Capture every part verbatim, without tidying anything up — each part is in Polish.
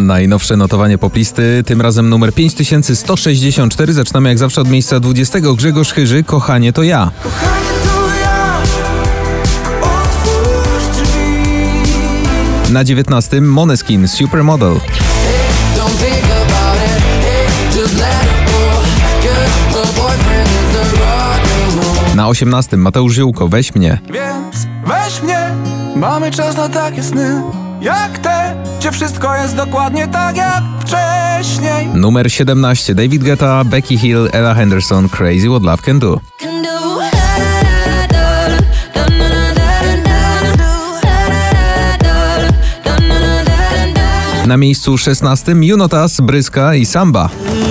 najnowsze notowanie poplisty, tym razem numer pięć tysięcy sto sześćdziesiąt cztery. Zaczynamy jak zawsze od miejsca dwudziestego. Grzegorz Chyży, Kochanie to ja. Kochanie to ja, otwórz drzwi. Na dziewiętnastym Måneskin, Supermodel. Na osiemnastym Mateusz Ziółko, Weź mnie. Więc weź mnie, mamy czas na takie sny jak te, gdzie wszystko jest dokładnie tak jak wcześniej. Numer siedemnaście David Guetta, Becky Hill, Ella Henderson, Crazy What Love Can Do. Na miejscu szesnastym Junotas, Bryska i Samba.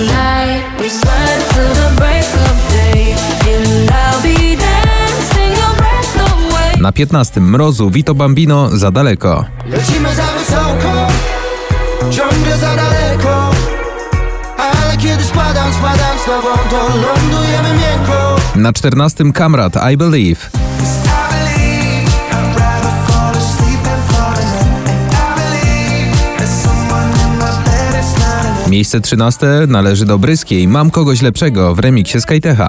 Na piętnastym Mrozu, Vito Bambino, Za daleko. Lecimy za wysoko, ciągle za daleko, ale kiedy spadam, spadam z tobą, to lądujemy miękko. Na czternastym Kamrat, I Believe. Miejsce trzynaste należy do Bryskiej, Mam kogoś lepszego w remiksie Skytecha.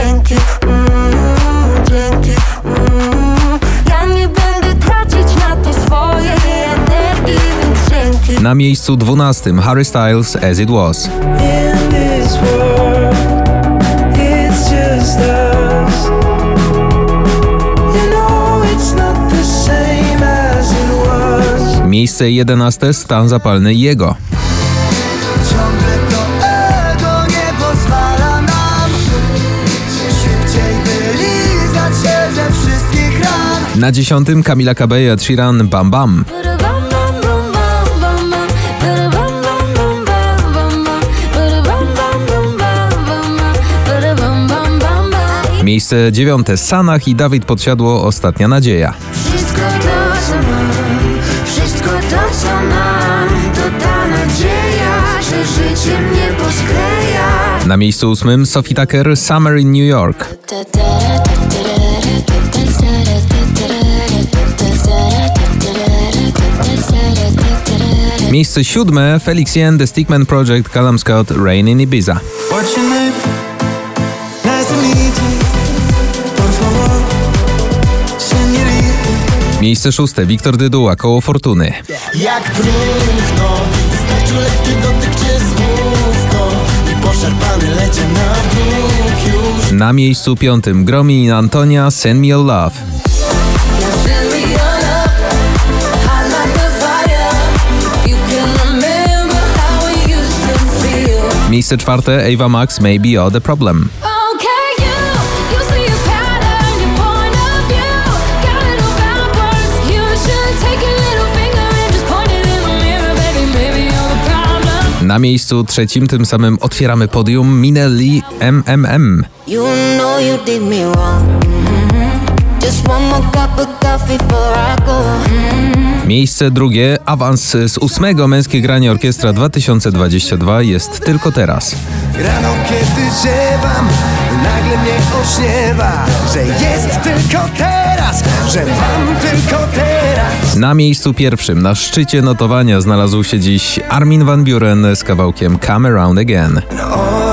Na miejscu dwunastym Harry Styles, As It Was. Miejsce jedenaste Stan zapalny Jego. Ciągle to ego nie pozwala nam szybciej wylizać się ze wszystkich ran. Na dziesiątym Camila Cabello, Ed Sheeran, Bam Bam. Miejsce dziewiąte Sanach i Dawid Podsiadło, Ostatnia nadzieja. Wszystko to co mam, wszystko to co mam, to ta nadzieja, że życie mnie poskleja. Na miejscu ósmym Sophie Tucker, Summer in New York. Miejsce siódme Felix Jen, The Stickman Project, Callum Scott, Rain in Ibiza. Miejsce szóste Wiktor Dyduła, Koło Fortuny. Jak trudno, wystarczy lekki dotyk czy słówko i poszarpany lecie na bruk już. Na miejscu piątym Gromi i Antonia, Send Me Your Love. Miejsce czwarte Ava Max, Maybe You're the Problem. Na miejscu trzecim, tym samym otwieramy podium, Minelli, M M M. You know you did me wrong. Mm-hmm. Just one more cup of coffee before I go. Mm-hmm. Miejsce drugie, awans z ósmego Męskie Granie Orkiestra dwa tysiące dwudziesty drugi jest tylko teraz. Rano kiedy ziewam, nagle mnie ośniewa, że jest tylko teraz, że mam tylko teraz. Na miejscu pierwszym, na szczycie notowania znalazł się dziś Armin van Buuren z kawałkiem Come Around Again. No.